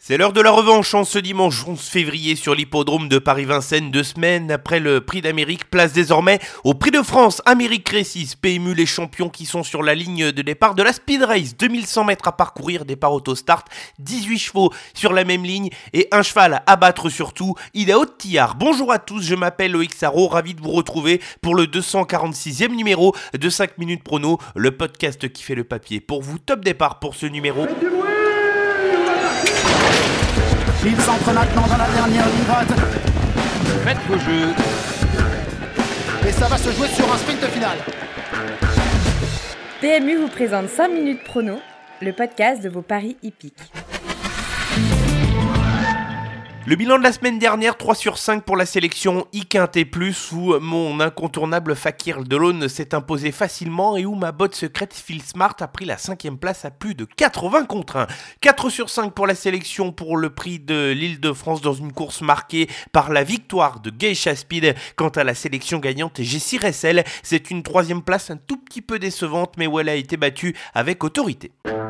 C'est l'heure de la revanche en ce dimanche 11 février sur l'hippodrome de Paris-Vincennes. 2 semaines après le prix d'Amérique, place désormais au prix de France. Amérique Récisse, PMU, les champions qui sont sur la ligne de départ de la Speed Race. 2100 mètres à parcourir, départ auto-start, 18 chevaux sur la même ligne et un cheval à battre surtout, Idaho de Tillard. Bonjour à tous, je m'appelle Loïc Sarro, ravi de vous retrouver pour le 246e numéro de 5 minutes prono, le podcast qui fait le papier. Pour vous, top départ pour ce numéro. Il s'entre maintenant dans la dernière ligne droite. Faites vos jeux. Et ça va se jouer sur un sprint final. PMU vous présente 5 minutes prono, le podcast de vos paris hippiques. Le bilan de la semaine dernière, 3 sur 5 pour la sélection I-Quintet+, où mon incontournable Fakir Delon s'est imposé facilement et où ma botte secrète Phil Smart a pris la 5e place à plus de 80 contre 1. 4 sur 5 pour la sélection pour le prix de l'Île-de-France dans une course marquée par la victoire de Geisha Speed. Quant à la sélection gagnante Jessie Ressel, c'est une 3e place un tout petit peu décevante mais où elle a été battue avec autorité.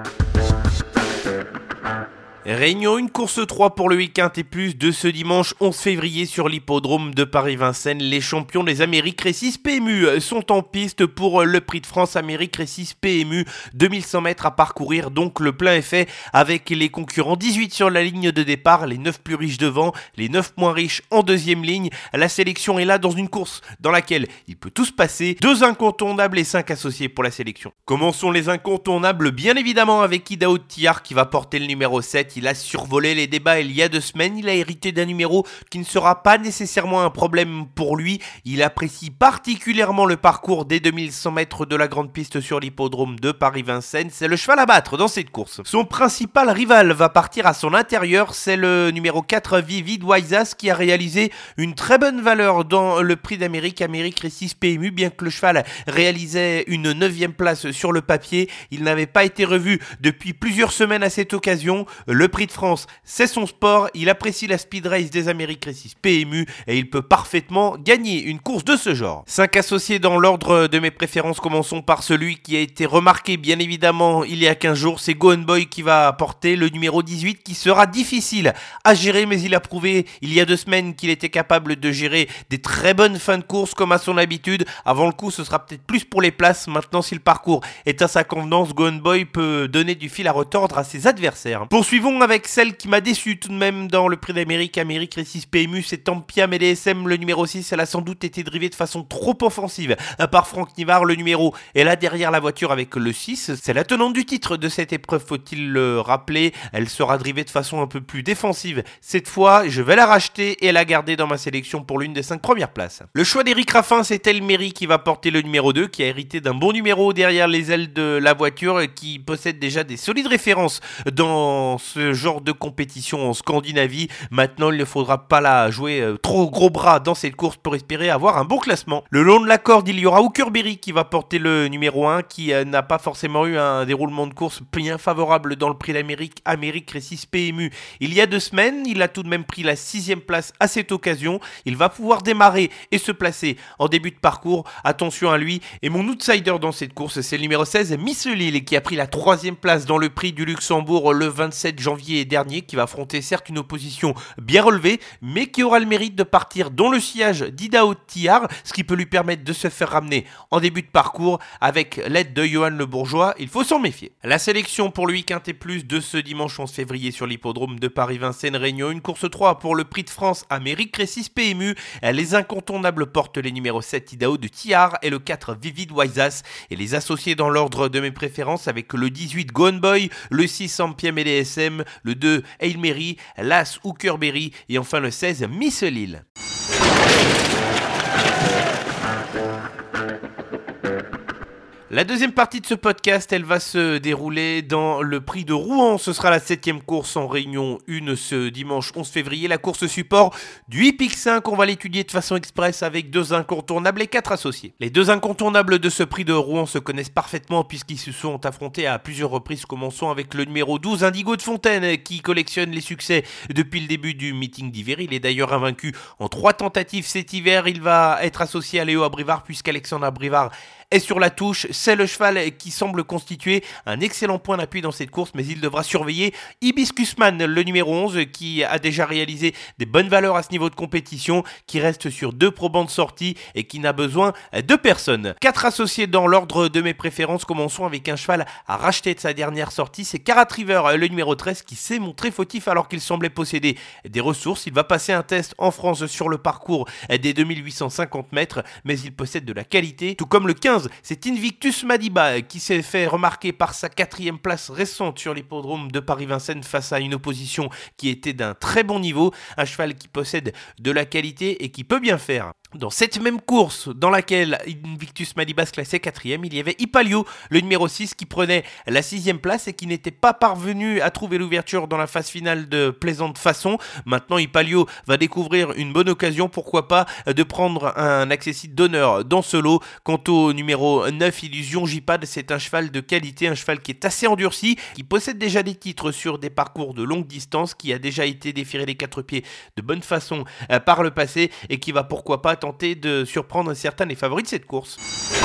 Réunion 1, course 3 pour le Quintet Plus de ce dimanche 11 février sur l'hippodrome de Paris-Vincennes. Les champions des Amérique Récisse PMU sont en piste pour le prix de France Amérique Récisse PMU. 2100 mètres à parcourir, donc le plein est fait avec les concurrents. 18 sur la ligne de départ, les 9 plus riches devant, les 9 moins riches en deuxième ligne. La sélection est là dans une course dans laquelle il peut tout se passer. 2 incontournables et 5 associés pour la sélection. Commençons les incontournables, bien évidemment avec Idaho de Tillard qui va porter le numéro 7. Il a survolé les débats il y a 2 semaines, il a hérité d'un numéro qui ne sera pas nécessairement un problème pour lui. Il apprécie particulièrement le parcours des 2100 mètres de la grande piste sur l'hippodrome de Paris-Vincennes. C'est le cheval à battre dans cette course. Son principal rival va partir à son intérieur, c'est le numéro 4 Vivid Waisas qui a réalisé une très bonne valeur dans le prix d'Amérique, Amérique Récisse PMU, bien que le cheval réalisait une 9e place sur le papier. Il n'avait pas été revu depuis plusieurs semaines à cette occasion. Le prix de France, c'est son sport, il apprécie la Speed Race des Amérique Récisse PMU et il peut parfaitement gagner une course de ce genre. 5 associés dans l'ordre de mes préférences, commençons par celui qui a été remarqué bien évidemment il y a 15 jours, c'est Go Boy qui va porter le numéro 18 qui sera difficile à gérer, mais il a prouvé il y a 2 semaines qu'il était capable de gérer des très bonnes fins de course comme à son habitude. Avant le coup ce sera peut-être plus pour les places, maintenant si le parcours est à sa convenance, Go Boy peut donner du fil à retordre à ses adversaires. Poursuivons avec celle qui m'a déçu tout de même dans le prix d'Amérique, Amérique Récisse PMU, c'est Tampia MDSM, le numéro 6, elle a sans doute été drivée de façon trop offensive par Franck Nivard, le numéro est là derrière la voiture avec le 6, c'est la tenante du titre de cette épreuve, faut-il le rappeler, elle sera drivée de façon un peu plus défensive, cette fois je vais la racheter et la garder dans ma sélection pour l'une des 5 premières places. Le choix d'Éric Raffin, c'est Elmery qui va porter le numéro 2, qui a hérité d'un bon numéro derrière les ailes de la voiture et qui possède déjà des solides références dans ce genre de compétition en Scandinavie. Maintenant il ne faudra pas la jouer trop gros bras dans cette course pour espérer avoir un bon classement. Le long de la corde il y aura Hookerberry qui va porter le numéro 1 qui n'a pas forcément eu un déroulement de course bien favorable dans le prix d'Amérique, Amérique Récisse PMU. Il y a 2 semaines il a tout de même pris la 6e place à cette occasion. Il va pouvoir démarrer et se placer en début de parcours, attention à lui. Et mon outsider dans cette course c'est le numéro 16 Miss Lille qui a pris la 3e place dans le prix du Luxembourg le 27 janvier dernier, qui va affronter certes une opposition bien relevée, mais qui aura le mérite de partir dans le sillage d'Idaho de Tillard, ce qui peut lui permettre de se faire ramener en début de parcours avec l'aide de Johan Le Bourgeois, il faut s'en méfier. La sélection pour le Quintet Plus de ce dimanche 11 février sur l'hippodrome de Paris-Vincennes Réunion, une course 3 pour le prix de France Amérique Récisse PMU, les incontournables portent les numéros 7 Idaho de Tillard et le 4 Vivid Waisas, et les associés dans l'ordre de mes préférences avec le 18 Go Boy, le 6 Tampia MDSM, le 2 Aylmery, l'As Hookerberry et enfin le 16 Miss Lille. La deuxième partie de ce podcast, elle va se dérouler dans le prix de Rouen. Ce sera la 7e course en Réunion 1 ce dimanche 11 février. La course support du Hippique 5. On va l'étudier de façon express avec 2 incontournables et 4 associés. Les 2 incontournables de ce prix de Rouen se connaissent parfaitement puisqu'ils se sont affrontés à plusieurs reprises. Commençons avec le numéro 12, Indigo de Fontaine, qui collectionne les succès depuis le début du meeting d'hiver. Il est d'ailleurs invaincu en 3 tentatives cet hiver. Il va être associé à Léo Abrivard puisqu'Alexandre Abrivard est sur la touche. c'est le cheval qui semble constituer un excellent point d'appui dans cette course, mais il devra surveiller Hibiscusman, le numéro 11, qui a déjà réalisé des bonnes valeurs à ce niveau de compétition, qui reste sur 2 probants de sortie et qui n'a besoin de personne. 4 associés dans l'ordre de mes préférences. Commençons avec un cheval à racheter de sa dernière sortie, c'est Carat River, le numéro 13, qui s'est montré fautif alors qu'il semblait posséder des ressources. Il va passer un test en France sur le parcours des 2850 mètres, mais il possède de la qualité, tout comme le 15, c'est Invictus Madiba, qui s'est fait remarquer par sa 4e place récente sur l'hippodrome de Paris-Vincennes face à une opposition qui était d'un très bon niveau, un cheval qui possède de la qualité et qui peut bien faire. Dans cette même course dans laquelle Invictus Madiba se classait 4e, il y avait Ipalio, le numéro 6, qui prenait la 6e place et qui n'était pas parvenu à trouver l'ouverture dans la phase finale de plaisante façon. Maintenant, Ipalio va découvrir une bonne occasion, pourquoi pas, de prendre un accessite d'honneur dans ce lot. Quant au numéro 9, Illusion J-Pad, c'est un cheval de qualité, un cheval qui est assez endurci, qui possède déjà des titres sur des parcours de longue distance, qui a déjà été déféré les 4 pieds de bonne façon par le passé et qui va pourquoi pas tenter de surprendre certains des favoris de cette course.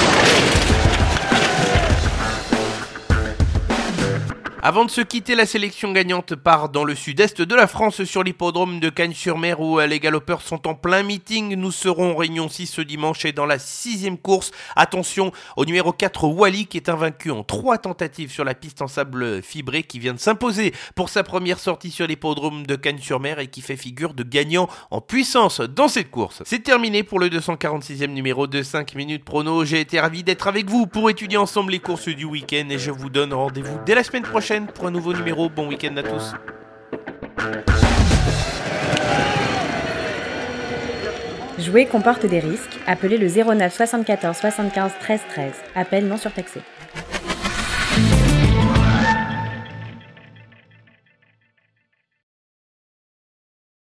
Avant de se quitter, la sélection gagnante part dans le sud-est de la France sur l'hippodrome de Cagnes-sur-Mer où les galopeurs sont en plein meeting. Nous serons en Réunion 6 ce dimanche et dans la 6e course. Attention au numéro 4 Wally qui est invaincu en 3 tentatives sur la piste en sable fibré, qui vient de s'imposer pour sa première sortie sur l'hippodrome de Cagnes-sur-Mer et qui fait figure de gagnant en puissance dans cette course. C'est terminé pour le 246e numéro de 5 minutes prono. J'ai été ravi d'être avec vous pour étudier ensemble les courses du week-end et je vous donne rendez-vous dès la semaine prochaine pour un nouveau numéro. Bon week-end à tous. Jouer comporte des risques. Appelez le 09 74 75 13 13. Appel non surtaxé.